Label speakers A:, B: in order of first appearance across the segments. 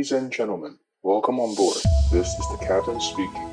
A: Ladies and gentlemen, welcome on board. This is the captain speaking.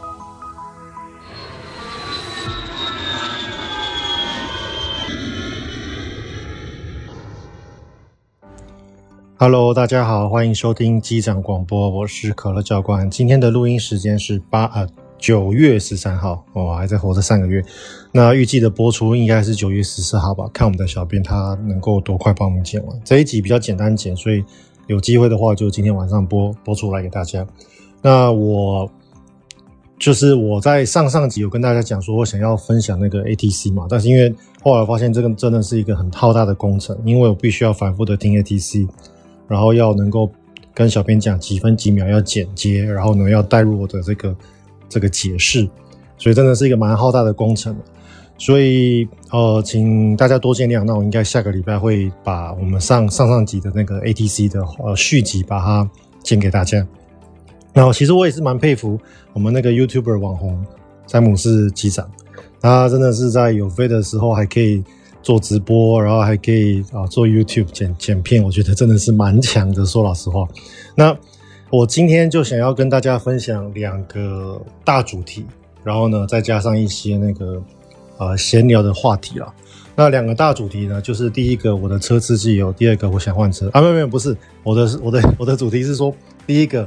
B: Hello， 大家好，欢迎收听机长广播，我是可乐教官。今天的录音时间是9月13号，还在活着3个月。那预计的播出应该是9月14号吧，看我们的小编他能够多快帮我们剪完。这一集比较简单剪，所以有机会的话就今天晚上播出来给大家。那我在上集有跟大家讲说我想要分享那个 ATC 嘛，但是因为后来发现这个真的是一个很浩大的工程，因为我必须要反复的听 ATC， 然后要能够跟小编讲几分几秒要剪接，然后呢要带入我的这个解释，所以真的是一个蛮浩大的工程的。所以请大家多见谅，那我应该下个礼拜会把我们上集的那个 ATC 的续集把它剪给大家。然后其实我也是蛮佩服我们那个 YouTuber 网红詹姆斯机长，他真的是在有飞的时候还可以做直播，然后还可以做 YouTube 剪片，我觉得真的是蛮强的，说老实话。那我今天就想要跟大家分享2个大主题，然后呢再加上一些那个闲聊的话题啦。那2个大主题呢，就是第一个我的车自己有，第二个我想换车没有不是，我的主题是说，第一个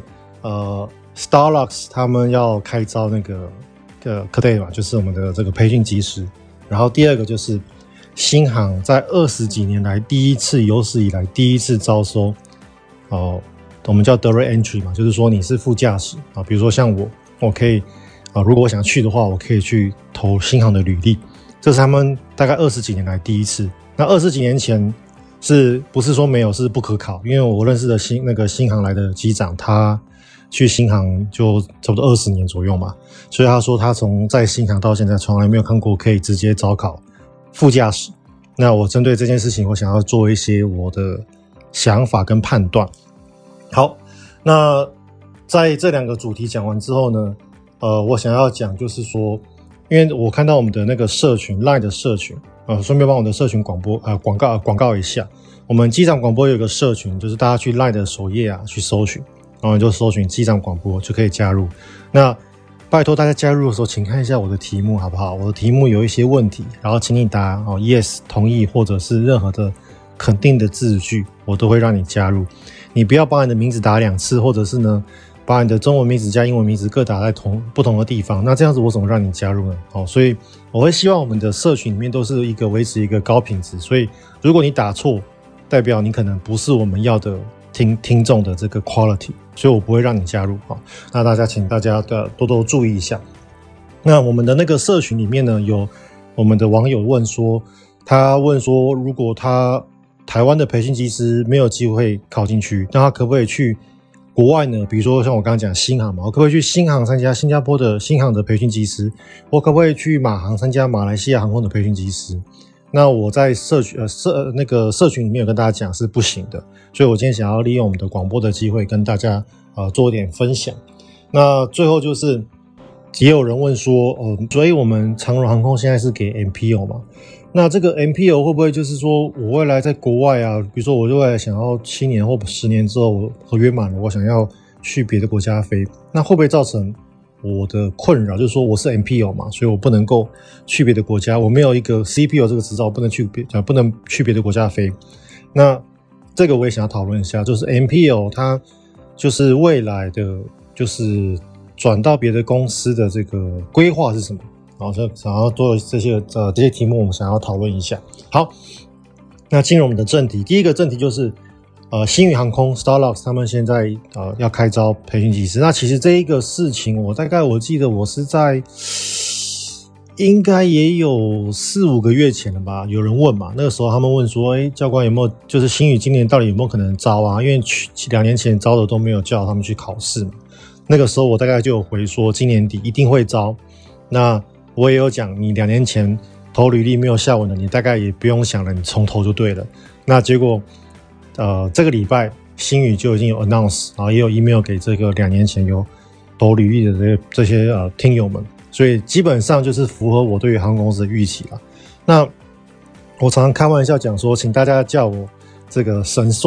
B: Starlux 他们要开招那个cadet 嘛，就是我们的这个培训技师。然后第二个就是新航在20几年来有史以来第一次招收我们叫 direct entry 嘛，就是说你是副驾驶比如说像我可以如果我想去的话，我可以去投新航的履历，这是他们大概20几年来第一次。那20几年前是不是说没有，是不可考，因为我认识的新航来的机长，他去新航就差不多20年左右嘛，所以他说他从在新航到现在从来没有看过可以直接招考副驾驶。那我针对这件事情，我想要做一些我的想法跟判断。好，那在这2个主题讲完之后呢，我想要讲就是说，因为我看到我们的那个社群 LINE 的社群顺便帮我的社群广告一下。我们机长广播有一个社群，就是大家去 LINE 的首页去搜寻，然后你就搜寻机长广播就可以加入。那拜托大家加入的时候，请看一下我的题目好不好？我的题目有一些问题，然后请你答yes 同意或者是任何的肯定的字句，我都会让你加入。你不要把你的名字打2次，或者是呢把你的中文名字加英文名字各打在不同的地方，那这样子我怎么让你加入呢？所以我会希望我们的社群里面都是维持一个高品质，所以如果你打错，代表你可能不是我们要的听众的这个 quality， 所以我不会让你加入。那请大家多多注意一下。那我们的那个社群里面呢，有我们的网友问说，如果他台湾的培训技师没有机会考进去，那他可不可以去国外呢？比如说像我刚刚讲新航嘛，我可不可以去新航参加新加坡的新航的培训技师？我可不可以去马航参加马来西亚航空的培训技师？那我在社群里面有跟大家讲是不行的，所以我今天想要利用我们的广播的机会跟大家做一点分享。那最后就是也有人问说所以我们长荣航空现在是给 MPO 嘛？那这个 MPO 会不会就是说我未来在国外比如说我未来想要7年或10年之后我合约满了，我想要去别的国家飞，那会不会造成我的困扰？就是说我是 MPO 嘛，所以我不能够去别的国家，我没有一个 CPO 这个执照，不能去别的国家飞。那这个我也想要讨论一下，就是 MPO 它就是未来的就是转到别的公司的这个规划是什么？想要多这些题目我们想要讨论一下。好，那进入我们的正题，第一个正题就是星宇航空 Starlux 他们现在要开招培训技师。那其实这一个事情我记得我是在应该也有4-5个月前了吧，有人问嘛，那个时候他们问说教官有没有就是星宇今年到底有没有可能招因为2年前招的都没有叫他们去考试嘛。那个时候我大概就有回说今年底一定会招。那我也有讲你2年前投履历没有下文的，你大概也不用想了，你从头就对了。那结果这个礼拜星宇就已经有 announce， 然后也有 email 给这个2年前有投履历的这些听友们，所以基本上就是符合我对于航空公司的预期啦。那我常常开玩笑讲说，请大家叫我这个神算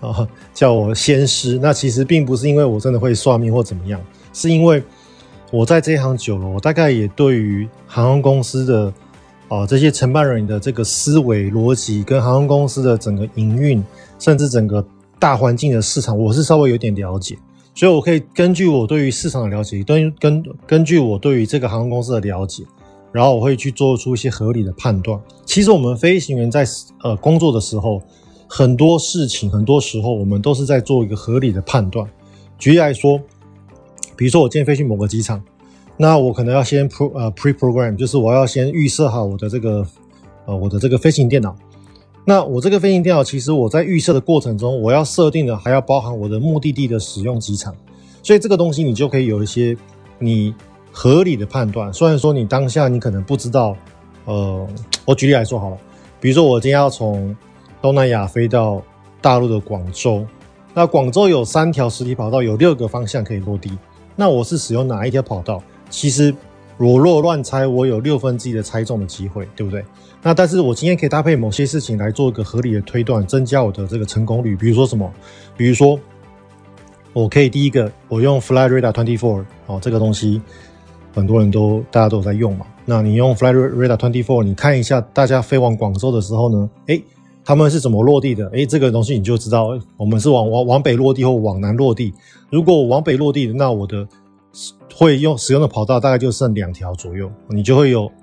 B: 叫我先师。那其实并不是因为我真的会算命或怎么样，是因为我在这一行久了，我大概也对于航空公司的这些承办人的这个思维逻辑，跟航空公司的整个营运，甚至整个大环境的市场，我是稍微有点了解。所以我可以根据我对于市场的了解，根据我对于这个航空公司的了解，然后我会去做出一些合理的判断。其实我们飞行员在工作的时候，很多事情很多时候我们都是在做一个合理的判断。举例来说，比如说我今天飞去某个机场，那我可能要先pre-program， 就是我要先预设好我的这个飞行电脑。那我这个飞行电脑，其实我在预设的过程中，我要设定的还要包含我的目的地的使用机场，所以这个东西你就可以有一些你合理的判断。虽然说你当下你可能不知道，我举例来说好了，比如说我今天要从东南亚飞到大陆的广州，那广州有3条实体跑道，有6个方向可以落地，那我是使用哪一条跑道？其实我若乱猜，我有1/6的猜中的机会，对不对？那但是我今天可以搭配某些事情来做一个合理的推断，增加我的这个成功率。比如说什么？比如说我可以第一个，我用 Flight Radar 24，这个东西很多人大家都有在用嘛。那你用 Flight Radar 24，你看一下大家飞往广州的时候呢，他们是怎么落地的？这个东西你就知道，我们是往北落地或往南落地。如果我往北落地，那我的会使用的跑道大概就剩2条左右，你就会有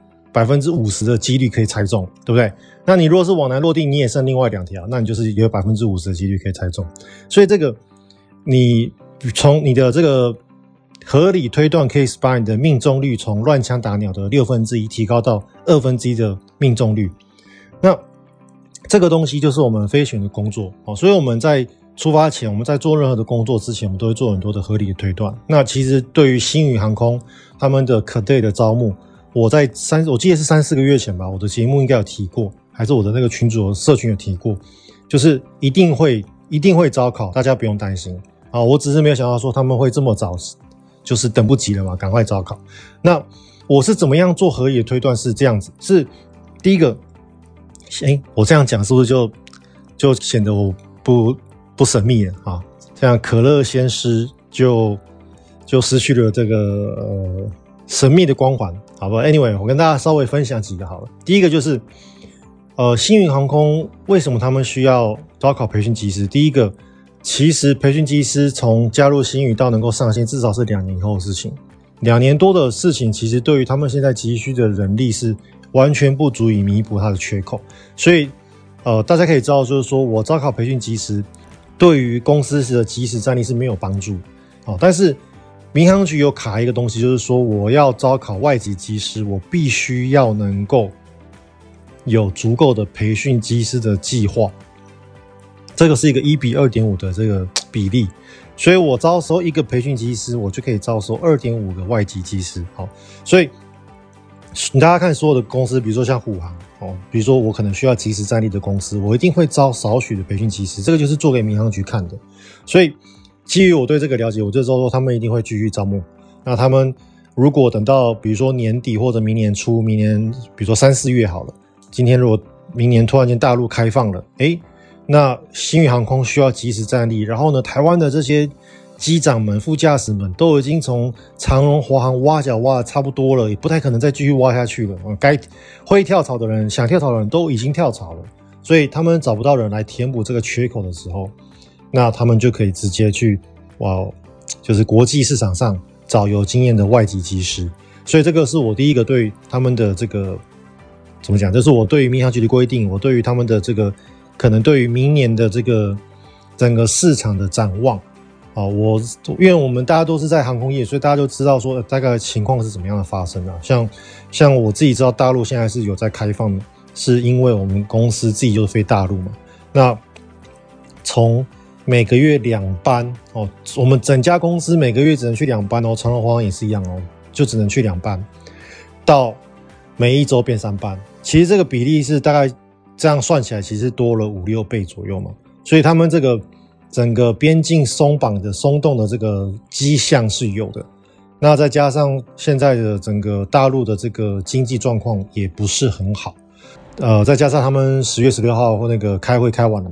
B: 50%的几率可以猜中，对不对？那你如果是往南落地，你也剩另外2条，那你就是有50%的几率可以猜中。所以这个你从你的这个合理推断，可以把你的命中率从乱枪打鸟的1/6提高到1/2的命中率。那这个东西就是我们飞行员的工作，所以我们在出发前，我们在做任何的工作之前，我们都会做很多的合理的推断。那其实对于星宇航空他们的 cadet 的招募，我记得是3-4个月前吧，我的节目应该有提过，还是我的那个群组的社群有提过，就是一定会招考，大家不用担心啊。我只是没有想到说他们会这么早，就是等不及了嘛，赶快招考。那我是怎么样做合理的推断？是这样子，是第一个，我这样讲是不是就显得我不神秘了啊？这样可乐先师就失去了这个神秘的光环，好不好 ？Anyway， 我跟大家稍微分享几个好了。第一个就是星宇航空为什么他们需要招考培训机师？第一个，其实培训机师从加入星宇到能够上线，至少是2年以后的事情。2年多的事情，其实对于他们现在急需的人力是完全不足以弥补它的缺口。所以大家可以知道，就是说我招考培训机师，对于公司的即时战力是没有帮助。但是民航局有卡一个东西，就是说我要招考外籍机师，我必须要能够有足够的培训机师的计划。这个是一个1:2.5的这个比例，所以我招收一个培训机师，我就可以招收2.5个外籍机师。好，所以大家看所有的公司，比如说像虎航比如说我可能需要即时战力的公司，我一定会招少许的培训机师，这个就是做给民航局看的。所以基于我对这个了解，我就知道说他们一定会继续招募。那他们如果等到比如说年底或者明年初，明年比如说3-4月好了，今天如果明年突然间大陆开放了，那星宇航空需要即时战力，然后呢，台湾的这些机长们、副驾驶们都已经从长荣、华航挖角挖的差不多了，也不太可能再继续挖下去了。该会跳槽的人、想跳槽的人都已经跳槽了，所以他们找不到人来填补这个缺口的时候，那他们就可以直接去就是国际市场上找有经验的外籍机师。所以这个是我第一个对他们的这个怎么讲，这是我对于民航局的规定，我对于他们的这个可能对于明年的这个整个市场的展望。因为我们大家都是在航空业，所以大家就知道说大概情况是怎么样的发生啊。像我自己知道大陆现在是有在开放，是因为我们公司自己就是飞大陆嘛。那从每个月2班我们整家公司每个月只能去2班长荣、华航也是一样就只能去2班，到每一周变3班。其实这个比例是大概这样算起来，其实多了5-6倍左右嘛。所以他们这个整个边境松动的这个迹象是有的。那再加上现在的整个大陆的这个经济状况也不是很好，再加上他们10月16号那个开会开完了嘛，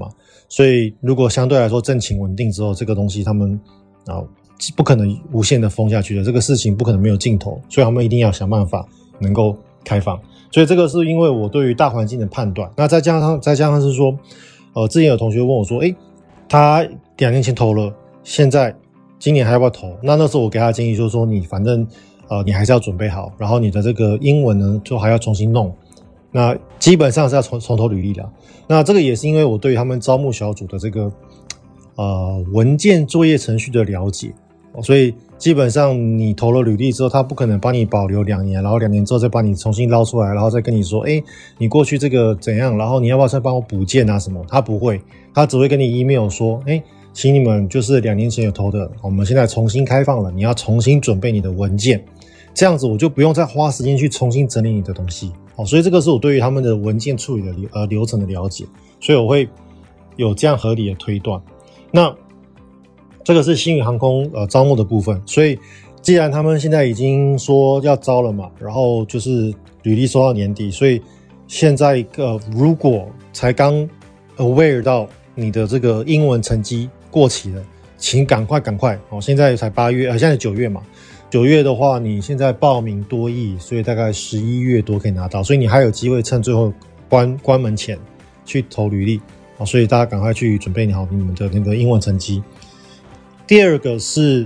B: 所以如果相对来说政情稳定之后，这个东西他们不可能无限的封下去的，这个事情不可能没有尽头，所以他们一定要想办法能够开放。所以这个是因为我对于大环境的判断，那再加上是说，之前有同学问我说，他2年前投了，现在今年还要不要投？那时候我给他的建议就是说，你反正你还是要准备好，然后你的这个英文呢就还要重新弄，那基本上是要从头履历的。那这个也是因为我对于他们招募小组的这个文件作业程序的了解，所以基本上你投了履历之后，他不可能帮你保留2年，然后2年之后再帮你重新捞出来，然后再跟你说，你过去这个怎样，然后你要不要再帮我补件啊什么？他不会，他只会跟你 email 说，请你们就是2年前有投的，我们现在重新开放了，你要重新准备你的文件，这样子我就不用再花时间去重新整理你的东西。所以这个是我对于他们的文件处理的流程的了解，所以我会有这样合理的推断。那这个是星宇航空招募的部分，所以既然他们现在已经说要招了嘛，然后就是履历收到年底，所以现在如果才刚 aware 到你的这个英文成绩过期了，请赶快现在才8月，现在9月嘛，9月的话你现在报名多益，所以大概11月多可以拿到，所以你还有机会趁最后关门前去投履历，所以大家赶快去准备好你们的那个英文成绩。第二个是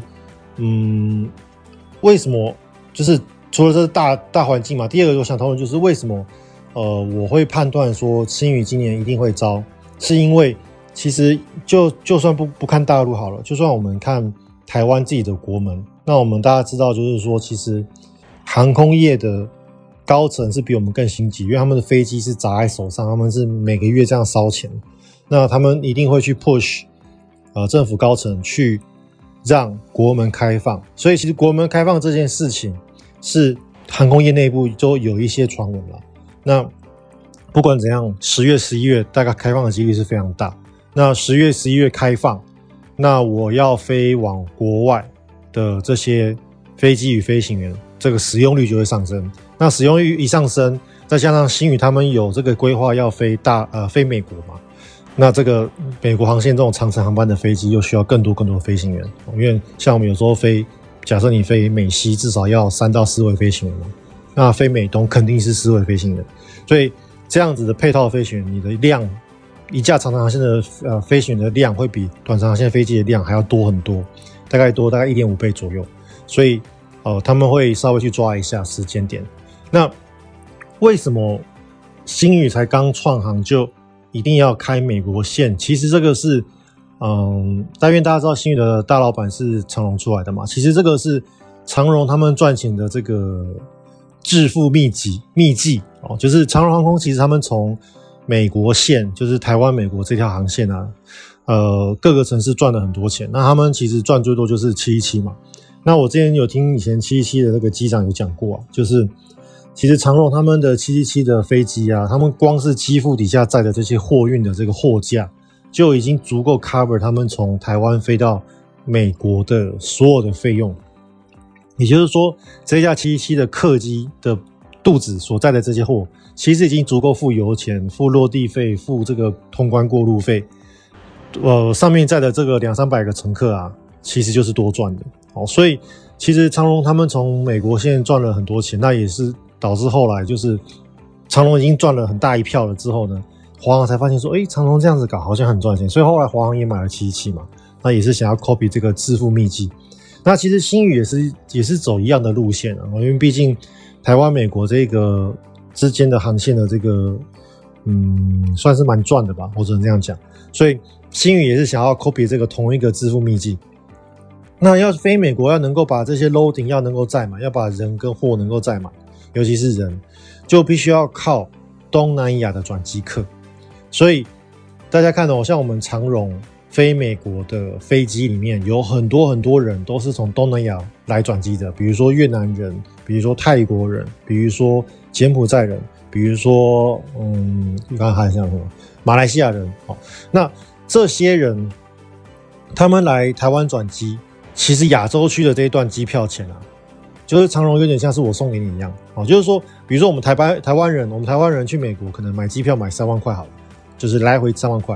B: 为什么就是除了这大环境嘛，第二个我想讨论就是为什么我会判断说星宇今年一定会招，是因为其实就算不看大陆好了，就算我们看台湾自己的国门，那我们大家知道就是说其实航空业的高层是比我们更心急，因为他们的飞机是砸在手上，他们是每个月这样烧钱，那他们一定会去 push政府高层去让国门开放，所以其实国门开放这件事情是航空业内部都有一些传闻了。那不管怎样，10月、11月大概开放的几率是非常大。那10月、11月开放，那我要飞往国外的这些飞机与飞行员，这个使用率就会上升。那使用率一上升，再加上星宇他们有这个规划要飞美国嘛。那这个美国航线这种长程航班的飞机又需要更多飞行员，因为像我们有时候飞，假设你飞美西至少要3到4位飞行员嘛，那飞美东肯定是4位飞行员，所以这样子的配套的飞行员，你的量，一架长程航线的飞行员的量会比短程航线飞机的量还要多很多，大概 1.5 倍左右，所以他们会稍微去抓一下时间点。那为什么星宇才刚创航就一定要开美国线？其实这个是但愿大家知道星宇的大老板是长荣出来的嘛，其实这个是长荣他们赚钱的这个致富秘籍就是长荣航空其实他们从美国线，就是台湾美国这条航线啊，各个城市赚了很多钱，那他们其实赚最多就是717嘛。那我之前有听以前717的那个机长有讲过啊，就是其实长荣他们的777的飞机啊，他们光是机腹底下载的这些货运的这个货架就已经足够 cover 他们从台湾飞到美国的所有的费用。也就是说，这架777的客机的肚子所载的这些货，其实已经足够付油钱、付落地费、付这个通关过路费。上面载的这个200-300个乘客啊，其实就是多赚的。所以其实长荣他们从美国现在赚了很多钱，那也是导致后来就是长荣已经赚了很大一票了之后呢，华航才发现说，长荣这样子搞好像很赚钱，所以后来华航也买了777嘛，那也是想要 copy 这个致富秘籍。那其实星宇也是走一样的路线啊，因为毕竟台湾美国这个之间的航线的这个算是蛮赚的吧，我只能这样讲。所以星宇也是想要 copy 这个同一个致富秘籍。那要飞美国，要能够把这些 loading 要能够载满，要把人跟货能够载满，尤其是人，就必须要靠东南亚的转机客。所以大家看像我们长荣飞美国的飞机里面有很多人都是从东南亚来转机的，比如说越南人，比如说泰国人，比如说柬埔寨人，比如说刚刚还像什么马来西亚人。那这些人他们来台湾转机，其实亚洲区的这一段机票钱啊，就是长荣有点像是我送给你一样，就是说比如说我们台湾人去美国可能买机票买3万块好了，就是来回3万块。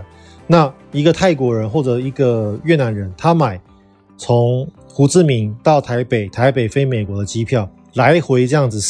B: 那一个泰国人或者一个越南人，他买从胡志明到台北，台北飞美国的机票，来回这样子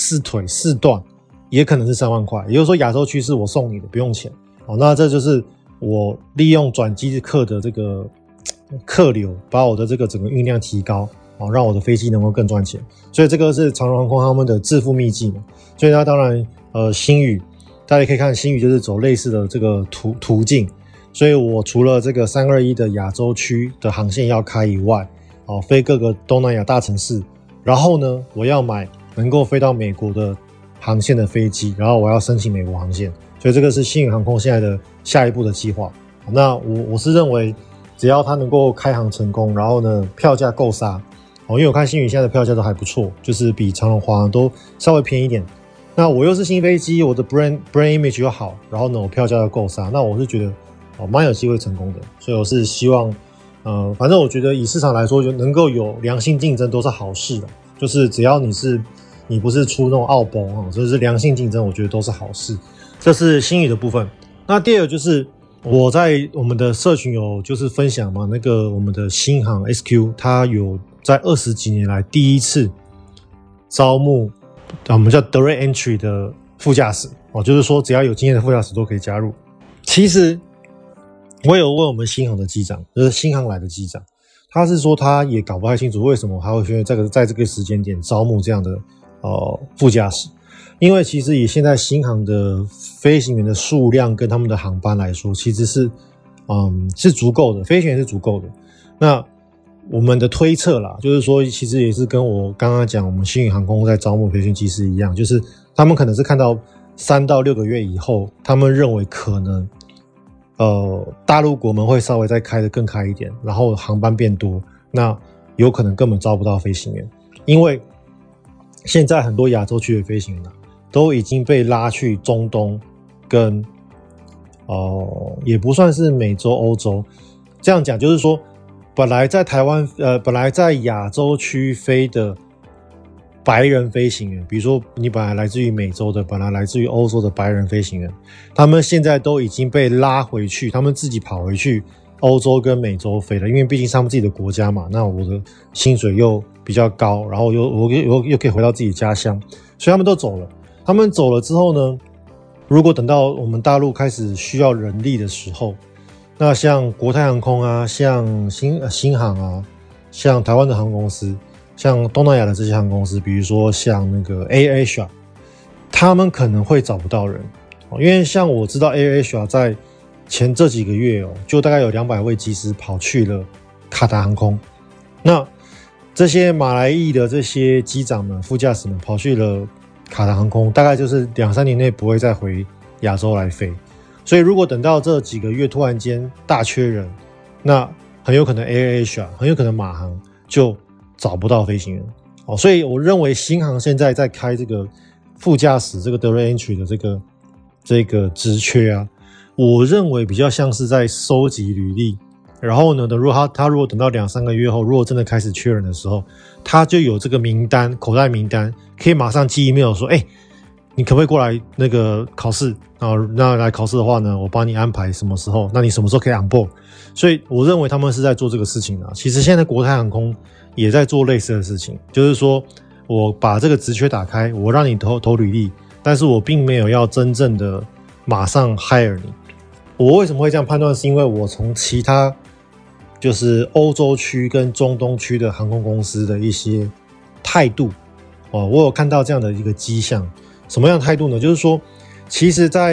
B: 4段，也可能是3万块。也就是说，亚洲区是我送你的，不用钱。那这就是我利用转机客的这个客流，把我的这个整个运量提高，让我的飞机能够更赚钱。所以这个是长荣航空他们的致富秘籍嘛。所以它当然星宇，大家可以看星宇就是走类似的这个途径。所以我除了这个321的亚洲区的航线要开以外，飞各个东南亚大城市，然后呢，我要买能够飞到美国的航线的飞机，然后我要申請美国航线，所以这个是星宇航空现在的下一步的计划。那我是认为，只要它能够开航成功，然后呢票价够杀，因为我看星宇现在的票价都还不错，就是比长荣、华航都稍微便宜一点。那我又是新飞机，我的 brand image 又好，然后呢我票价又够杀，那我是觉得蛮有机会成功的。所以我是希望反正我觉得以市场来说，就能够有良性竞争都是好事的，就是只要你不是出那种奥崩就是良性竞争，我觉得都是好事。这是星宇的部分。那第二个就是我在我们的社群有就是分享嘛，那个我们的新航 SQ 它有在20几年来第一次招募我们叫 Direct Entry 的副驾驶就是说只要有经验的副驾驶都可以加入。其实我有问我们新航的机长，就是新航来的机长，他是说他也搞不太清楚为什么他会选择在这个时间点招募这样的副驾驶。因为其实以现在新航的飞行员的数量跟他们的航班来说，其实是足够的，飞行员是足够的。那我们的推测啦，就是说其实也是跟我刚刚讲我们星宇航空在招募培训机师一样，就是他们可能是看到3到6个月以后，他们认为可能大陆国门会稍微再更开一点，然后航班变多，那有可能根本招不到飞行员。因为现在很多亚洲区的飞行员都已经被拉去中东跟也不算是美洲欧洲。这样讲就是说，本来在台湾本来在亚洲区飞的白人飞行员，比如说你本来来自于美洲的，本来来自于欧洲的白人飞行员，他们现在都已经被拉回去，他们自己跑回去欧洲跟美洲飞了，因为毕竟是他们自己的国家嘛，那我的薪水又比较高，然后我又可以回到自己家乡，所以他们都走了。他们走了之后呢，如果等到我们大陆开始需要人力的时候，那像国泰航空啊，像新航啊，像台湾的航空公司，像东南亚的这些航空公司，比如说像那个 AirAsia， 他们可能会找不到人，因为像我知道 AirAsia 在前这几个月就大概有200位机师跑去了卡达航空。那这些马来裔的这些机长们、副驾驶们跑去了卡达航空，大概就是2-3年内不会再回亚洲来飞。所以如果等到这几个月突然间大缺人，那很有可能 AirAsia 很有可能马航就找不到飞行员。所以我认为新航现在在开这个副驾驶这个 Direct Entry 的这个职缺啊，我认为比较像是在收集履历，然后呢，他如果等到2-3个月后，如果真的开始缺人的时候，他就有这个名单，口袋名单，可以马上寄 email 说，你可不可以过来那个考试那来考试的话呢，我帮你安排什么时候，那你什么时候可以 on board。 所以我认为他们是在做这个事情其实现在国泰航空也在做类似的事情，就是说我把这个职缺打开，我让你投履历，但是我并没有要真正的马上 hire 你。我为什么会这样判断，是因为我从其他就是欧洲区跟中东区的航空公司的一些态度我有看到这样的一个迹象。什么样的态度呢？就是说其实在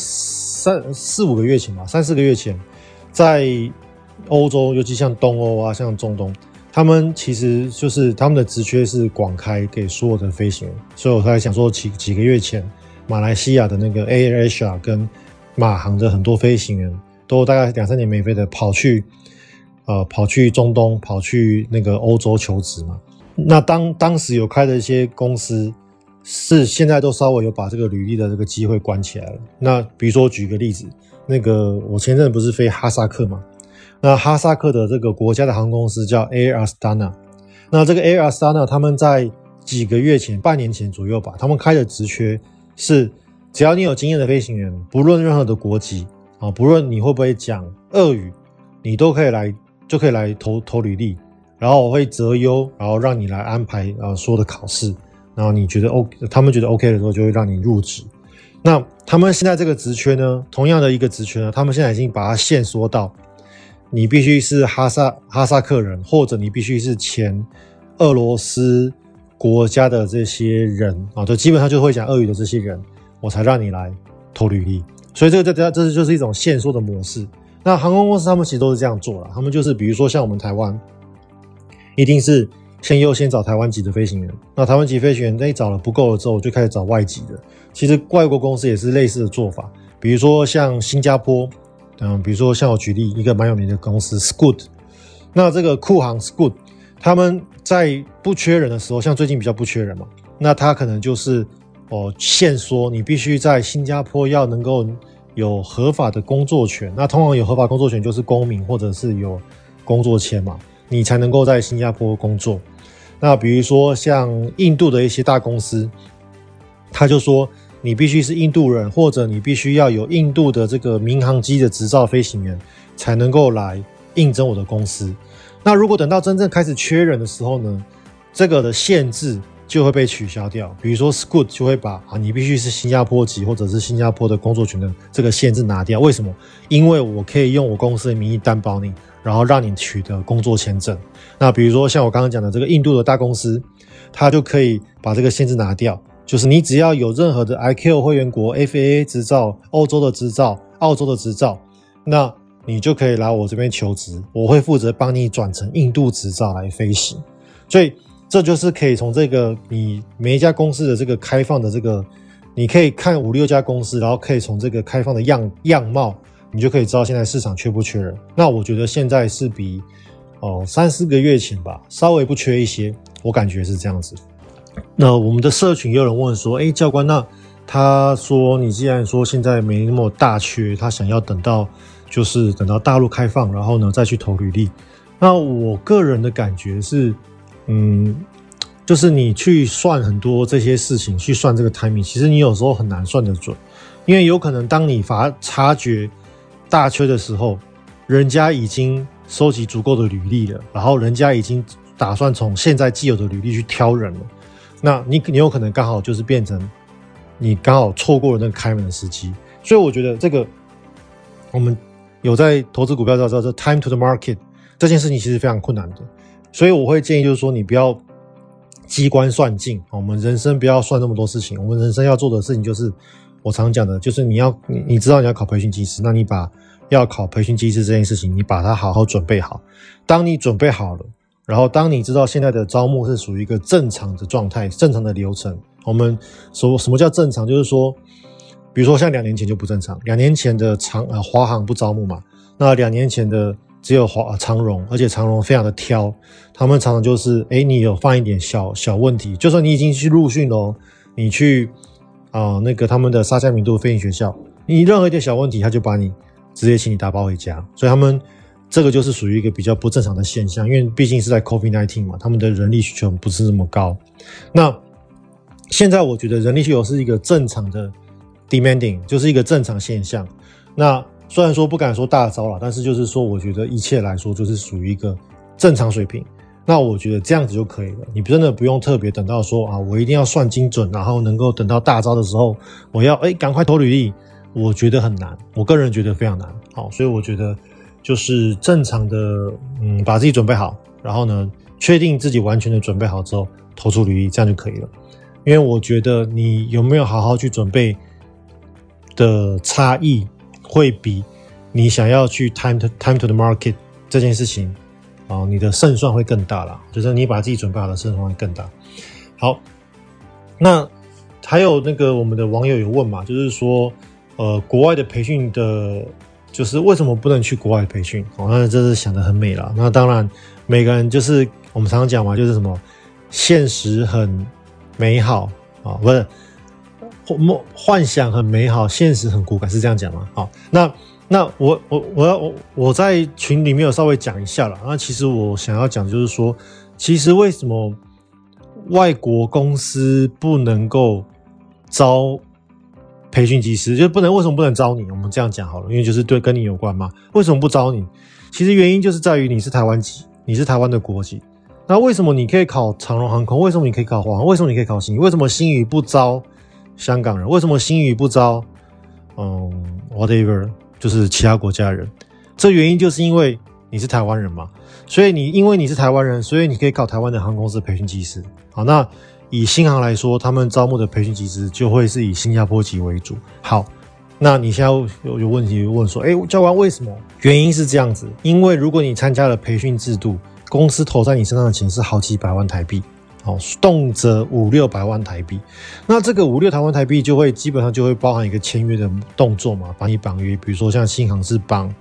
B: 3-4个月前吧，3-4个月前，在欧洲，尤其像东欧啊，像中东，他们其实就是他们的职缺是广开给所有的飞行员。所以我才想说几个月前，马来西亚的那个 AirAsia 跟马航的很多飞行员都大概2-3年没飞的跑去中东，跑去那个欧洲求职嘛。那当时有开的一些公司是现在都稍微有把这个履历的这个机会关起来了。那比如说举个例子，那个我前阵不是飞哈萨克嘛，那哈萨克的这个国家的航空公司叫 Air Astana， 那这个 Air Astana 他们在几个月前，半年前左右吧，他们开的职缺是只要你有经验的飞行员，不论任何的国籍不论你会不会讲俄语，你都可以来投履历，然后我会择优，然后让你来安排所有的考试，然后你觉得 OK， 他们觉得 OK 的时候就会让你入职。那他们现在这个职缺呢，同样的一个职缺呢，他们现在已经把它限缩到你必须是哈萨克人，或者你必须是前俄罗斯国家的这些人就基本上就会讲俄语的这些人，我才让你来投履历。所以这就是一种限缩的模式。那航空公司他们其实都是这样做啦，他们就是比如说像我们台湾，一定是优先找台湾籍的飞行员。那台湾籍飞行员找了不够了之后，就开始找外籍的。其实外国公司也是类似的做法，比如说像新加坡，比如说像我举例一个蛮有名的公司 Scoot， 那这个酷航 Scoot， 他们在不缺人的时候，像最近比较不缺人嘛，那他可能就是限缩你必须在新加坡要能够有合法的工作权，那通常有合法工作权就是公民或者是有工作签嘛，你才能够在新加坡工作。那比如说像印度的一些大公司，他就说你必须是印度人，或者你必须要有印度的这个民航机的执照飞行员才能够来应征我的公司。那如果等到真正开始缺人的时候呢，这个的限制就会被取消掉。比如说 Scoot 就会把你必须是新加坡籍或者是新加坡的工作权的这个限制拿掉。为什么？因为我可以用我公司的名义担保你，然后让你取得工作签证。那比如说像我刚刚讲的这个印度的大公司，它就可以把这个限制拿掉，就是你只要有任何的 ICAO 会员国 FAA 执照、欧洲的执照、澳洲的执照，那你就可以来我这边求职，我会负责帮你转成印度执照来飞行。所以这就是可以从这个你每一家公司的这个开放的这个，你可以看5-6家公司，然后可以从这个开放的样貌，你就可以知道现在市场缺不缺人。那我觉得现在是比3-4个月前吧稍微不缺一些，我感觉是这样子。那我们的社群也有人问说，教官，那他说你既然说现在没那么大缺，他想要等到大陆开放，然后呢再去投履历。那我个人的感觉是就是你去算很多这些事情，去算这个 timing， 其实你有时候很难算得准，因为有可能当你察觉大缺的时候，人家已经收集足够的履历了，然后人家已经打算从现在既有的履历去挑人了，那你有可能刚好就是变成你刚好错过了那个开门的时机。所以我觉得这个我们有在投资股票知道这 time to the market 这件事情其实非常困难的，所以我会建议就是说你不要机关算尽，我们人生不要算那么多事情，我们人生要做的事情就是我常讲的，就是你知道你要考培训机师，那你把要考培训机师这件事情你把它好好准备好。当你准备好了，然后当你知道现在的招募是属于一个正常的状态，正常的流程，我们说什么叫正常，就是说比如说像2年前就不正常，2年前的华航不招募嘛，那2年前的只有长荣，而且长荣非常的挑，他们常常就是你有犯一点小问题，就算你已经去入训了，你去那个他们的沙加明度飞行学校，你任何一点小问题他就把你直接请你打包回家。所以他们这个就是属于一个比较不正常的现象，因为毕竟是在 COVID-19 嘛，他们的人力需求不是那么高。那现在我觉得人力需求是一个正常的 demanding， 就是一个正常现象。那虽然说不敢说大招啦，但是就是说我觉得一切来说就是属于一个正常水平。那我觉得这样子就可以了，你真的不用特别等到说我一定要算精准，然后能够等到大招的时候我要赶快投履历，我觉得很难，我个人觉得非常难。好，所以我觉得就是正常的把自己准备好，然后呢确定自己完全的准备好之后投出履历，这样就可以了。因为我觉得你有没有好好去准备的差异会比你想要去 time to the market 这件事情你的胜算会更大啦，就是你把自己准备好的胜算会更大。好，那还有那个我们的网友有问嘛，就是说国外的培训的就是为什么不能去国外培训那这是想得很美啦。那当然每个人就是我们常常讲嘛，就是什么现实很美好不是幻想很美好，现实很骨感，是这样讲吗？好，那我在群里面有稍微讲一下啦。那其实我想要讲就是说，其实为什么外国公司不能够招培训机师，就为什么不能招你？我们这样讲好了，因为就是跟你有关嘛。为什么不招你？其实原因就是在于你是台湾籍，你是台湾的国籍。那为什么你可以考长荣航空？为什么你可以考华航？为什么你可以考星宇？为什么星宇不招香港人？为什么星宇不招whatever 就是其他国家的人？这原因就是因为你是台湾人嘛，所以因为你是台湾人，所以你可以考台湾的航空公司的培训机师。好，那以新航来说，他们招募的培训机师就会是以新加坡籍为主。好，那你现在有问题问说，教官为什么？原因是这样子，因为如果你参加了培训制度，公司投在你身上的钱是好几百万台币，动辄500-600万台币。那这个5-600万台币基本上就会包含一个签约的动作嘛，把你绑约。比如说像新航是绑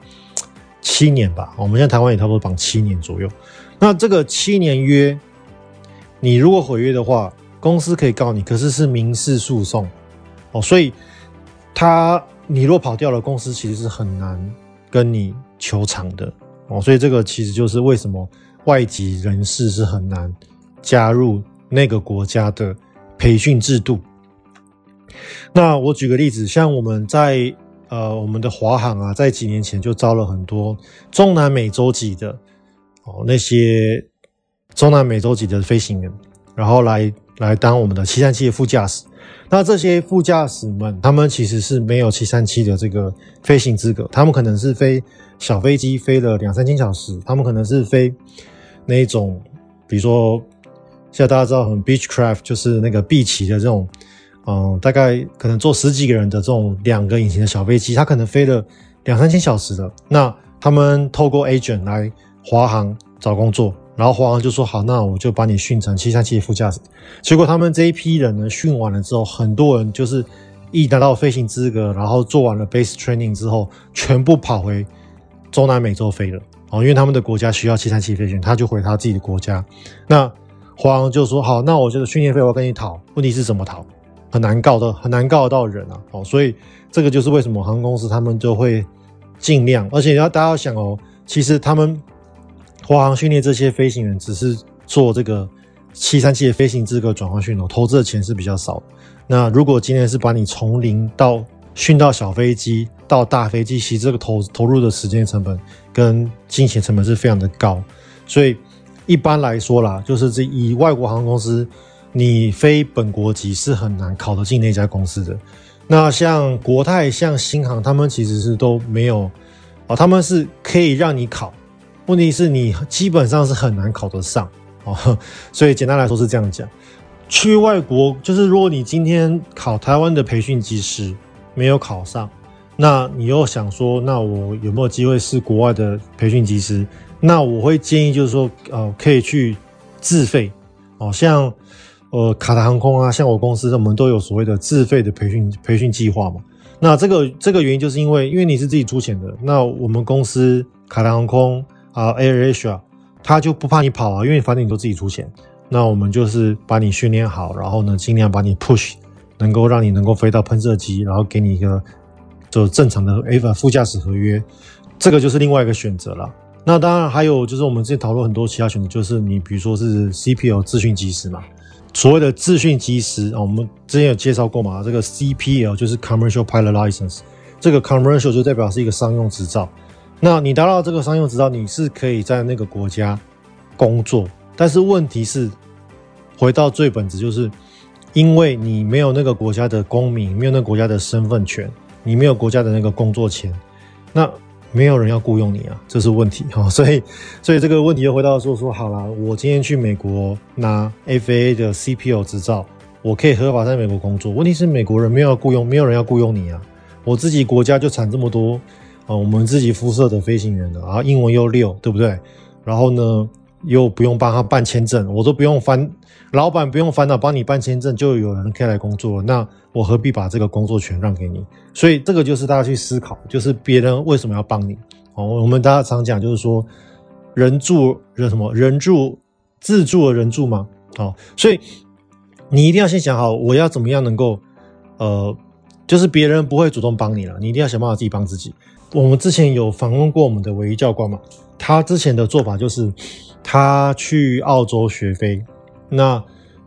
B: 7年吧，我们现在台湾也差不多绑7年左右。那这个7年约，你如果毁约的话，公司可以告你，可是是民事诉讼所以你若跑掉了，公司其实是很难跟你求偿的所以这个其实就是为什么外籍人士是很难加入那个国家的培训制度。那我举个例子，像我们在我们的华航啊，在几年前就招了很多中南美洲籍的那些中南美洲籍的飞行员，然后来当我们的737的副驾驶。那这些副驾驶们，他们其实是没有737的这个飞行资格，他们可能是飞小飞机飞了2-3千小时，他们可能是飞那一种，比如说现在大家知道很 Beechcraft 就是那个碧奇的这种大概可能坐10几个人的这种2个引擎的小飞机，他可能飞了2-3千小时的。那他们透过 agent 来华航找工作，然后华航就说好，那我就把你训成737的副驾驶。结果他们这一批人呢，训完了之后，很多人就是一拿到飞行资格，然后做完了 base training 之后，全部跑回中南美洲飞了因为他们的国家需要737飞行员，他就回他自己的国家。那华航就说好，那我这个训练费我要跟你讨，问题是怎么讨？很难告得到人啊所以这个就是为什么航空公司他们就会尽量，而且大家要想其实他们华航训练这些飞行员只是做这个737的飞行资格转换训投资的钱是比较少的。那如果今天是把你从零到训到小飞机到大飞机，其实这个投入的时间成本跟金钱成本是非常的高。所以一般来说啦，就是以外国航空公司，你非本国籍是很难考得进那家公司的。那像国泰、像新航，他们其实是都没有他们是可以让你考，问题是你基本上是很难考得上所以简单来说是这样讲。去外国就是如果你今天考台湾的培训机师没有考上，那你又想说那我有没有机会是国外的培训机师，那我会建议就是说可以去自费像卡达航空啊，像我公司我们都有所谓的自费的培训计划嘛。那这个原因就是因为你是自己出钱的，那我们公司卡达航空AirAsia 他就不怕你跑因为反正你都自己出钱，那我们就是把你训练好，然后呢尽量把你 push 能够让你能够飞到喷射机，然后给你一个就正常的副驾驶合约，这个就是另外一个选择了。那当然还有就是我们之前讨论很多其他选择，就是你比如说是 CPL 自训机师嘛，所谓的自训机师我们之前有介绍过嘛，这个 CPL 就是 Commercial Pilot License， 这个 Commercial 就代表是一个商用执照。那你达到这个商用执照，你是可以在那个国家工作，但是问题是回到最本质，就是因为你没有那个国家的公民，没有那个国家的身份权，你没有国家的那个工作签，那没有人要雇佣你这是问题所以这个问题又回到说好啦，我今天去美国拿 FAA 的 CPL 执照，我可以合法在美国工作，问题是美国人没有人要雇佣你我自己国家就产这么多我们自己肤色的飞行员了英文又溜，对不对？然后呢又不用帮他办签证，我都不用老板不用烦恼帮你办签证，就有人可以来工作了，那我何必把这个工作权让给你？所以这个就是大家去思考，就是别人为什么要帮你我们大家常讲就是说人助自助的人助嘛所以你一定要先想好我要怎么样能够就是别人不会主动帮你了，你一定要想办法自己帮自己。我们之前有访问过我们的唯一教官嘛，他之前的做法就是他去澳洲学飞，那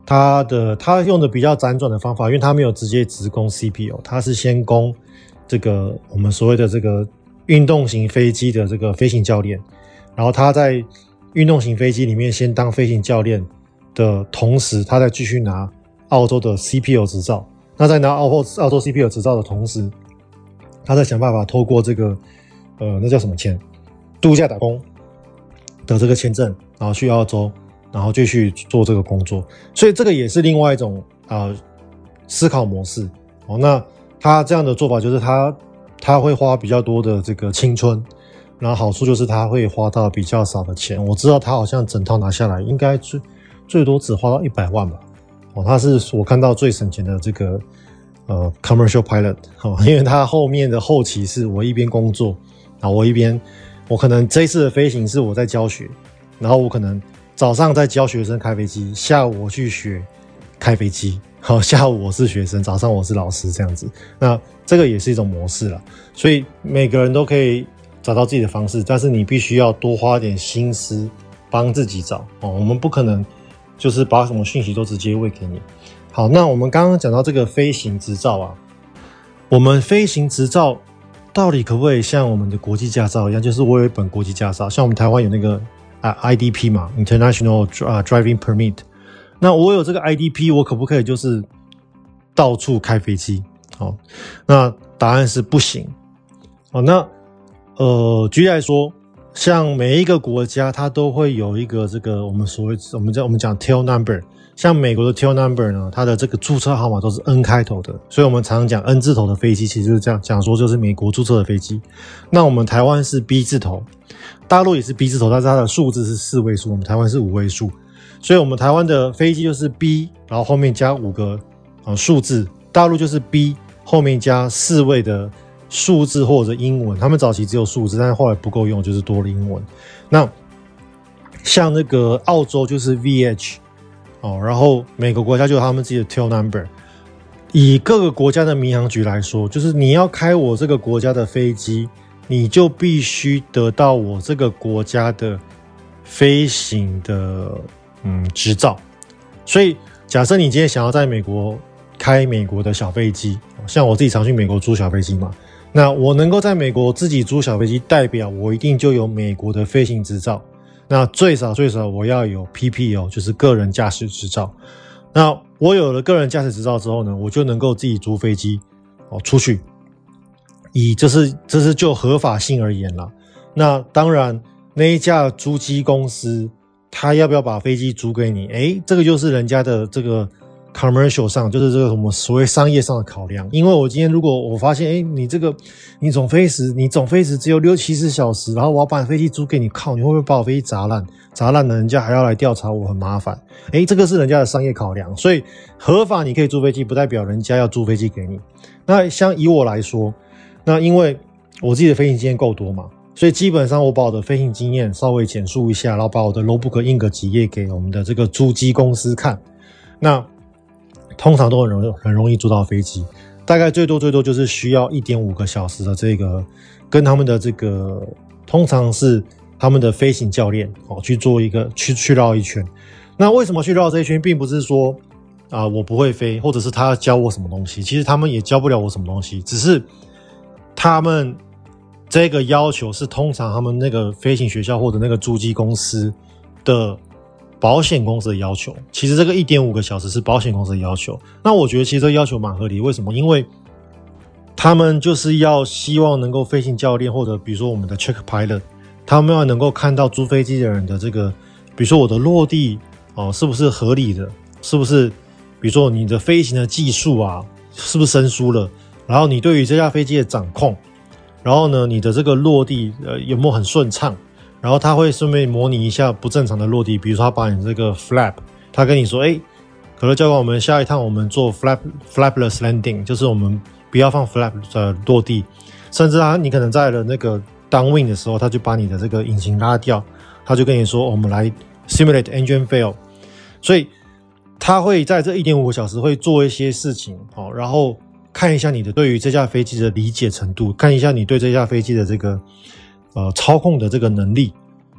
B: 它用的比较辗转的方法，因为它没有直接直攻 CPU， 它是先攻这个我们所谓的这个运动型飞机的这个飞行教练，然后他在运动型飞机里面先当飞行教练的同时，他再继续拿澳洲的 CPU 执照。那在拿澳洲 CPU 执照的同时，他在想办法透过这个那叫什么签，度假打工的这个签证，然后去澳洲，然后继续做这个工作。所以这个也是另外一种思考模式。那他这样的做法就是他会花比较多的这个青春，然后好处就是他会花到比较少的钱。我知道他好像整套拿下来应该最多只花到100万吧。他是我看到最省钱的这个commercial pilot。因为他后面的后期是我一边工作，然后我可能这一次的飞行是我在教学，然后我可能早上在教学生开飞机，下午我去学开飞机。好，下午我是学生，早上我是老师，这样子。那这个也是一种模式啦，所以每个人都可以找到自己的方式，但是你必须要多花点心思帮自己找。我们不可能就是把什么讯息都直接喂给你。好，那我们刚刚讲到这个飞行执照啊，我们飞行执照到底可不可以像我们的国际驾照一样，就是我有一本国际驾照，像我们台湾有那个IDP 嘛 ，International Driving Permit。那我有这个 IDP， 我可不可以就是到处开飞机？好，那答案是不行。好，那举例来说，像每一个国家它都会有一个这个我们讲 tail number， 像美国的 tail number 呢，它的这个注册号码都是 N 开头的，所以我们常常讲 N 字头的飞机，其实就是这样讲说就是美国注册的飞机。那我们台湾是 B 字头，大陆也是 B 字头，但是它的数字是4位数，我们台湾是5位数。所以我们台湾的飞机就是 B， 然后后面加5个数字，大陆就是 B 后面加4位的数字或者英文，他们早期只有数字，但是后来不够用，就是多了英文。那像那个澳洲就是 VH， 然后每个国家就有他们自己的 tail number。以各个国家的民航局来说，就是你要开我这个国家的飞机，你就必须得到我这个国家的飞行的执照。所以假设你今天想要在美国开美国的小飞机，像我自己常去美国租小飞机嘛，那我能够在美国自己租小飞机，代表我一定就有美国的飞行执照。那最少我要有 PPL， 就是个人驾驶执照。那我有了个人驾驶执照之后呢，我就能够自己租飞机出去。这是就合法性而言啦。那当然那一家租机公司他要不要把飞机租给你？这个就是人家的这个 commercial 上，就是这个什么所谓商业上的考量。因为我今天如果我发现，你总飞时只有6-70小时，然后我要把飞机租给你，靠，你会不会把我飞机砸烂？砸烂了，人家还要来调查我，很麻烦。这个是人家的商业考量，所以合法你可以租飞机，不代表人家要租飞机给你。那像以我来说，那因为我自己的飞行经验够多嘛。所以基本上我把我的飞行经验稍微简述一下，然后把我的 notebook 印个几页给我们的这个租机公司看。那通常都很容易租到飞机，大概最多就是需要 1.5 个小时的这个跟他们的这个通常是他们的飞行教练去做一个去绕一圈。那为什么去绕这一圈，并不是说我不会飞，或者是他要教我什么东西，其实他们也教不了我什么东西，只是他们这个要求是通常他们那个飞行学校或者那个租机公司的保险公司的要求。其实这个 1.5 个小时是保险公司的要求。那我觉得其实这个要求蛮合理，为什么？因为他们就是要希望能够飞行教练或者比如说我们的 check pilot， 他们要能够看到租飞机的人的这个，比如说我的落地是不是合理的，是不是比如说你的飞行的技术是不是生疏了，然后你对于这架飞机的掌控，然后呢，你的这个落地有没有很顺畅？然后他会顺便模拟一下不正常的落地，比如说他把你这个 flap， 他跟你说，可乐教官，我们下一趟我们做 flapless landing， 就是我们不要放 flap 落地，甚至你可能在了那个 downwind 的时候，他就把你的这个引擎拉掉，他就跟你说，我们来 simulate engine fail， 所以他会在这 1.5 个小时会做一些事情，然后看一下你的对于这架飞机的理解程度，看一下你对这架飞机的这个操控的这个能力。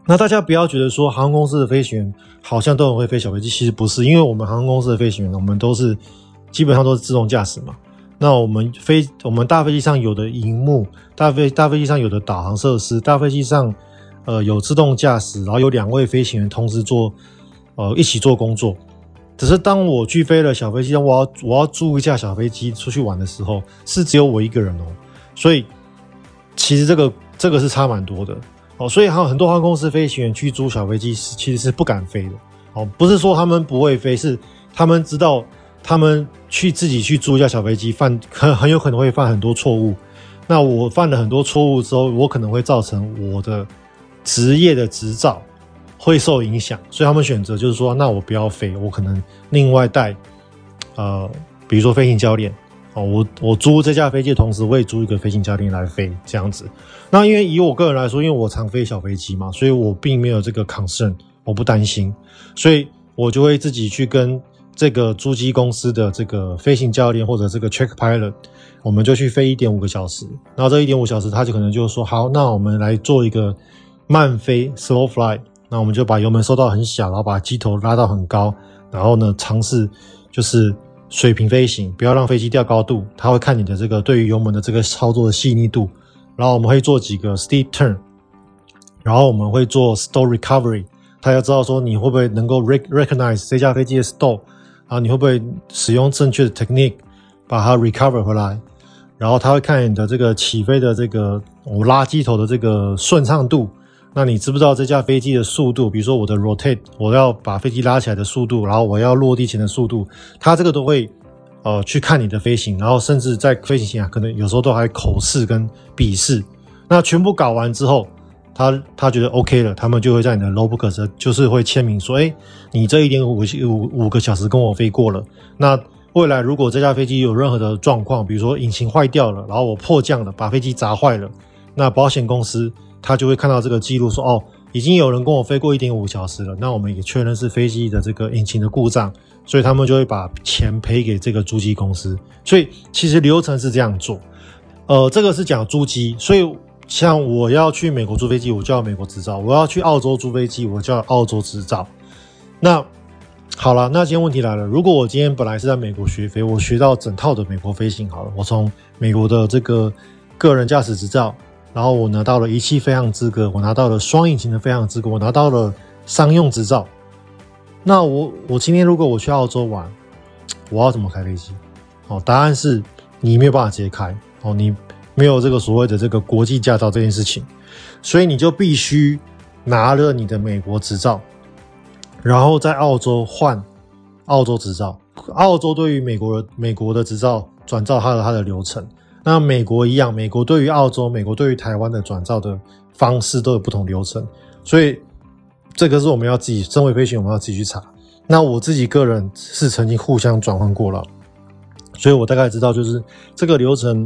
B: 那大家不要觉得说航空公司的飞行员好像都很会飞小飞机，其实不是，因为我们航空公司的飞行员，我们都是基本上都是自动驾驶嘛。那我们大飞机上有的萤幕，大飞机上有的导航设施，大飞机上有自动驾驶，然后有2位飞行员同时一起做工作。只是当我去飞了小飞机，我要租一架小飞机出去玩的时候，是只有我一个人哦。所以其实这个是差蛮多的哦。所以很多航空公司飞行员去租小飞机其实是不敢飞的哦。不是说他们不会飞，是他们知道他们自己去租一架小飞机很有可能会犯很多错误。那我犯了很多错误之后，我可能会造成我的职业的执照会受影响，所以他们选择就是说，那我不要飞，我可能另外带比如说飞行教练哦，我租这架飞机的同时，我也租一个飞行教练来飞这样子。那因为以我个人来说，因为我常飞小飞机嘛，所以我并没有这个 concern， 我不担心，所以我就会自己去跟这个租机公司的这个飞行教练或者这个 check pilot， 我们就去飞 1.5 个小时，然后这 1.5 小时他就可能就说，好，那我们来做一个慢飞 slow fly， 那我们就把油门收到很小，然后把机头拉到很高，然后呢尝试就是水平飞行，不要让飞机掉高度，他会看你的这个对于油门的这个操作的细腻度，然后我们会做几个 steep turn， 然后我们会做 stall recovery， 他要知道说你会不会能够 recognize 这架飞机的 stall， 然后你会不会使用正确的 technique 把它 recover 回来，然后他会看你的这个起飞的这个拉机头的这个顺畅度，那你知不知道这架飞机的速度，比如说我的 rotate， 我要把飞机拉起来的速度，然后我要落地前的速度，他这个都会去看你的飞行，然后甚至在飞行前可能有时候都还口试跟笔试。那全部搞完之后，他觉得 OK 了，他们就会在你的 logbook 就是会签名说，你这 1.5 个小时跟我飞过了。那未来如果这架飞机有任何的状况，比如说引擎坏掉了，然后我迫降了，把飞机砸坏了，那保险公司他就会看到这个记录说，已经有人跟我飞过 1.5 小时了，那我们也确认是飞机的这个引擎的故障，所以他们就会把钱赔给这个租机公司。所以其实流程是这样做。这个是讲租机，所以像我要去美国租飞机，我就要美国执照；我要去澳洲租飞机，我就要澳洲执照。那好了，那今天问题来了，如果我今天本来是在美国学飞，我学到整套的美国飞行好了，我从美国的这个个人驾驶执照，然后我拿到了仪器飞行资格，我拿到了双引擎的飞行资格，我拿到了商用执照。那我今天如果我去澳洲玩，我要怎么开飞机？答案是你没有办法直接开你没有这个所谓的这个国际驾照这件事情，所以你就必须拿了你的美国执照，然后在澳洲换澳洲执照。澳洲对于美国的执照转照它的流程，那美国一样，美国对于澳洲、美国对于台湾的转照的方式都有不同流程，所以这个是我们要自己身为飞行员我们要自己去查。那我自己个人是曾经互相转换过了，所以我大概知道就是这个流程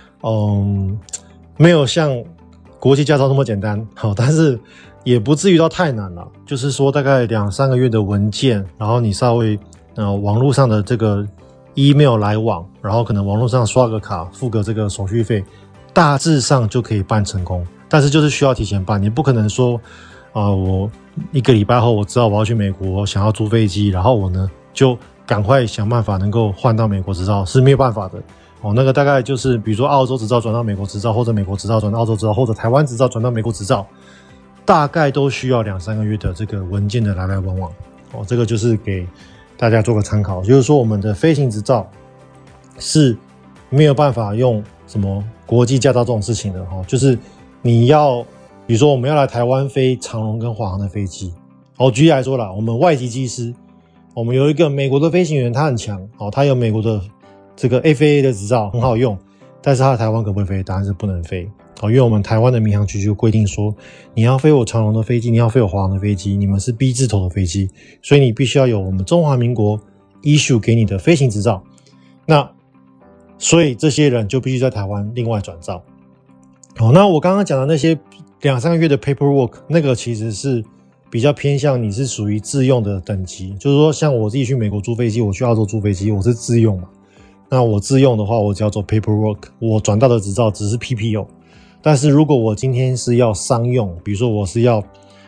B: 没有像国际驾照那么简单，但是也不至于到太难了，就是说大概2-3个月的文件，然后你稍微网络上的这个 email 来往，然后可能网络上刷个卡付个这个手续费，大致上就可以办成功。但是就是需要提前办，你不可能说我1个礼拜后我知道我要去美国想要租飞机，然后我呢就赶快想办法能够换到美国执照，是没有办法的那个大概就是比如说澳洲执照转到美国执照，或者美国执照转到澳洲执照，或者台湾执照转到美国执照，大概都需要2-3个月的这个文件的来来往往这个就是给大家做个参考，就是说我们的飞行执照是没有办法用什么国际驾照这种事情的就是你要比如说我们要来台湾飞长荣跟华航的飞机举例来说啦，我们外籍机师，我们有一个美国的飞行员，他很强他有美国的这个 FAA 的执照很好用，但是他在台湾可不可以飞？答案是不能飞因为我们台湾的民航局就规定说，你要飞我长荣的飞机，你要飞我华航的飞机，你们是 B 字头的飞机，所以你必须要有我们中华民国 issue 给你的飞行执照。那所以这些人就必须在台湾另外转照那我刚刚讲的那些2-3个月的 paperwork， 那个其实是比较偏向你是属于自用的等级，就是说像我自己去美国租飞机，我去澳洲租飞机，我是自用嘛。那我自用的话，我只要做 paperwork， 我转到的执照只是 PPO。但是如果我今天是要商用，比如说我是要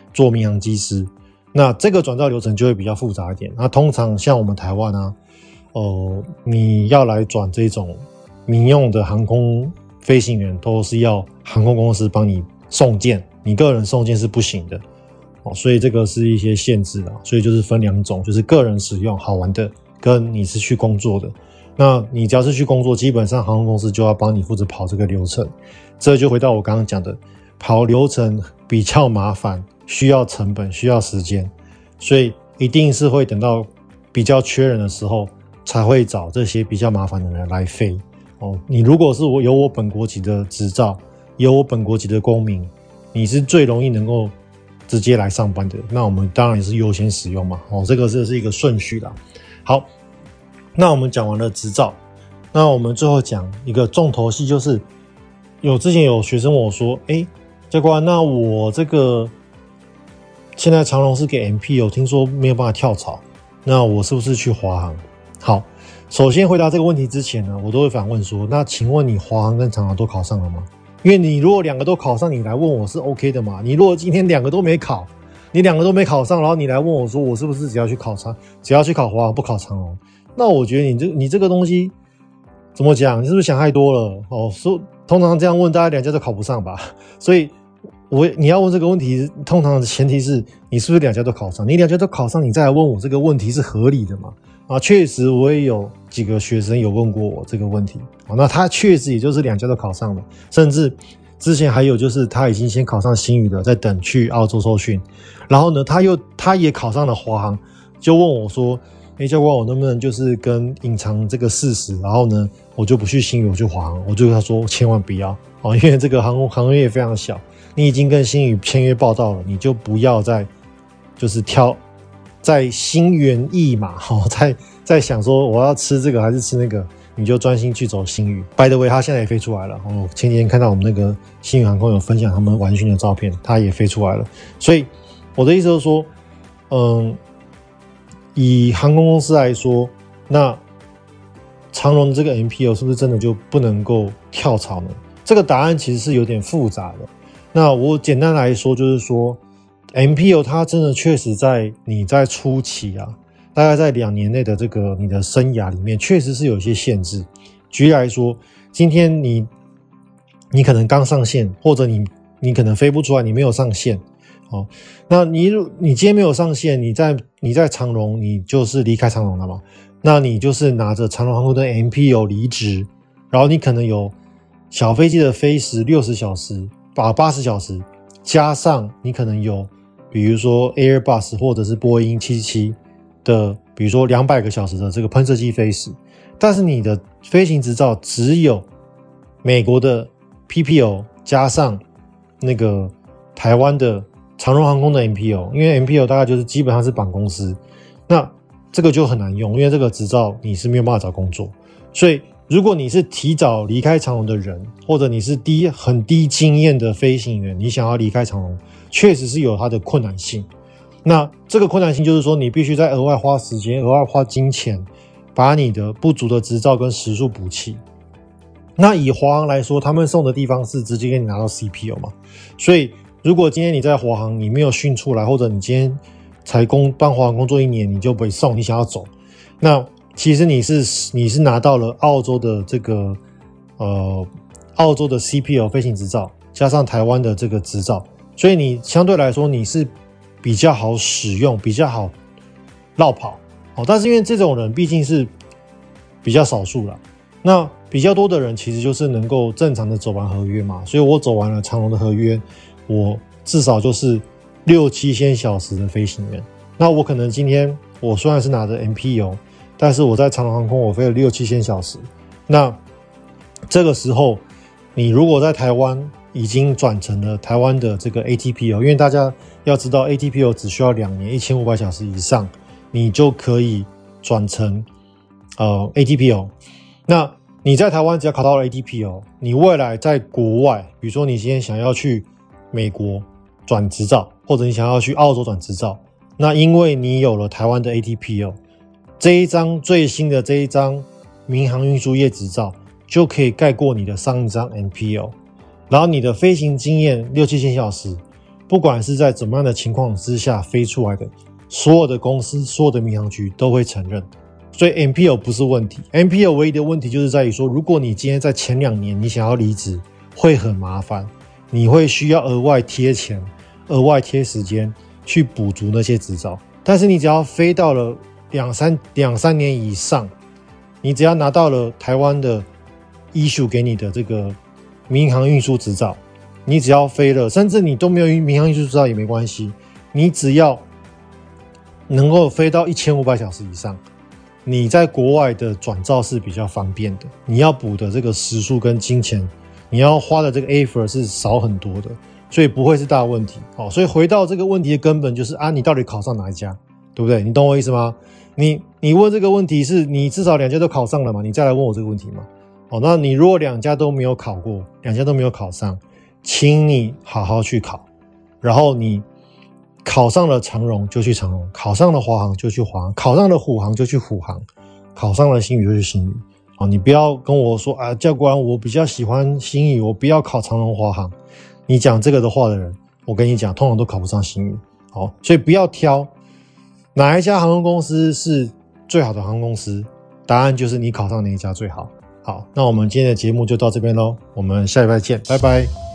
B: 做民航机师。那这个转照流程就会比较复杂一点。那通常像我们台湾啊，你要来转这种民用的航空飞行员，都是要航空公司帮你送件，你个人送件是不行的。所以这个是一些限制啦，所以就是分两种，就是个人使用好玩的，跟你是去工作的。那你只要是去工作，基本上航空公司就要帮你负责跑这个流程。这就回到我刚刚讲的，跑流程比较麻烦，需要成本，需要时间，所以一定是会等到比较缺人的时候，才会找这些比较麻烦的人来飞。你如果是有我本国籍的执照，有我本国籍的公民，你是最容易能够直接来上班的，那我们当然也是优先使用嘛。这个是一个顺序啦。好，那我们讲完了执照，那我们最后讲一个重头戏，就是之前有学生问我说，教官，那我这个现在长荣是给 MP， 我听说没有办法跳槽，那我是不是去华航？好，首先回答这个问题之前呢，我都会反问说，那请问你华航跟长荣都考上了吗？因为你如果两个都考上，你来问我是 OK 的嘛。你如果今天两个都没考，你两个都没考上，然后你来问我说我是不是只要去考华航不考长荣，那我觉得你这个东西怎么讲？你是不是想太多了？通常这样问，大家两家都考不上吧？所以你要问这个问题，通常的前提是你是不是两家都考上？你两家都考上，你再来问我这个问题是合理的嘛？确实我也有几个学生有问过我这个问题，那他确实也就是两家都考上了，甚至之前还有就是他已经先考上新宇了，在等去澳洲受训，然后呢他也考上了华航，就问我说，教官，我能不能就是跟隐藏这个事实，然后呢我就不去新宇，我去华航？我就跟他说千万不要，因为这个航业非常小，你已经跟新宇签约报到了，你就不要再就是在心猿意马，在想说我要吃这个还是吃那个，你就专心去走新宇。By the way， 他现在也飞出来了。前几天看到我们那个新宇航空有分享他们完训的照片，他也飞出来了。所以我的意思就是说，以航空公司来说，那长荣这个 MPO 是不是真的就不能够跳槽呢？这个答案其实是有点复杂的。那我简单来说就是说， MPO 它真的确实你在初期啊，大概在2年内的这个你的生涯里面，确实是有一些限制。举例来说，今天你可能刚上线，或者你可能飞不出来，你没有上线，那你今天没有上线，你在长荣，你就是离开长荣了嘛？那你就是拿着长荣航空的 MPO 离职，然后你可能有小飞机的飞时60小时、80小时，加上你可能有比如说 Airbus 或者是波音777的比如说200个小时的这个喷射机飞时，但是你的飞行执照只有美国的 PPO 加上那个台湾的长荣航空的 MPO， 因为 MPO 大概就是基本上是绑公司，那这个就很难用，因为这个执照你是没有办法找工作。所以如果你是提早离开长荣的人，或者你是很低经验的飞行员，你想要离开长荣，确实是有它的困难性。那这个困难性就是说，你必须再额外花时间、额外花金钱，把你的不足的执照跟时数补齐。那以华航来说，他们送的地方是直接给你拿到 CPO 嘛，所以如果今天你在华航你没有训出来，或者你今天才帮华航工作1年你就被送，你想要走，那其实你是拿到了澳洲的这个澳洲的 CPO 飞行执照，加上台湾的这个执照，所以你相对来说你是比较好使用，比较好绕跑。但是因为这种人毕竟是比较少数啦，那比较多的人其实就是能够正常的走完合约嘛，所以我走完了长荣的合约，我至少就是6-7千小时的飞行员。那我可能今天我虽然是拿着 MPO，但是我在长荣航空我飞了6-7千小时，那这个时候你如果在台湾已经转成了台湾的这个 ATPO， 因为大家要知道 ATPO 只需要2年1500小时以上，你就可以转成ATPO。那你在台湾只要考到了 ATPO， 你未来在国外，比如说你今天想要去美国转执照，或者你想要去澳洲转执照，那因为你有了台湾的 ATPO，这一张最新的这一张民航运输业执照就可以盖过你的上一张 MPO， 然后你的飞行经验6-7千小时， 不管是在怎么样的情况之下飞出来的，所有的公司、所有的民航局都会承认。所以 MPL 不是问题 ，MPL 唯一的问题就是在于说，如果你今天在前2年你想要离职，会很麻烦，你会需要额外贴钱、额外贴时间去补足那些执照。但是你只要飞到了两三年以上，你只要拿到了台湾的issue给你的这个民航运输执照，你只要飞了，甚至你都没有民航运输执照也没关系，你只要能够飞到1500小时以上，你在国外的转照是比较方便的，你要补的这个时数跟金钱，你要花的这个 effort 是少很多的，所以不会是大问题。所以回到这个问题的根本就是你到底考上哪一家，对不对？你懂我意思吗？你问这个问题是你至少2家都考上了嘛，你再来问我这个问题嘛。那你如果2家都没有考过，2家都没有考上，请你好好去考，然后你考上了长荣就去长荣，考上了华航就去华航，考上了虎航就去虎航，考上了星宇就去星宇。你不要跟我说教官我比较喜欢星宇，我不要考长荣华航。你讲这个的话的人，我跟你讲通常都考不上星宇。所以不要挑哪一家航空公司是最好的航空公司，答案就是你考上哪一家最好。好，那我们今天的节目就到这边咯，我们下礼拜见，拜拜。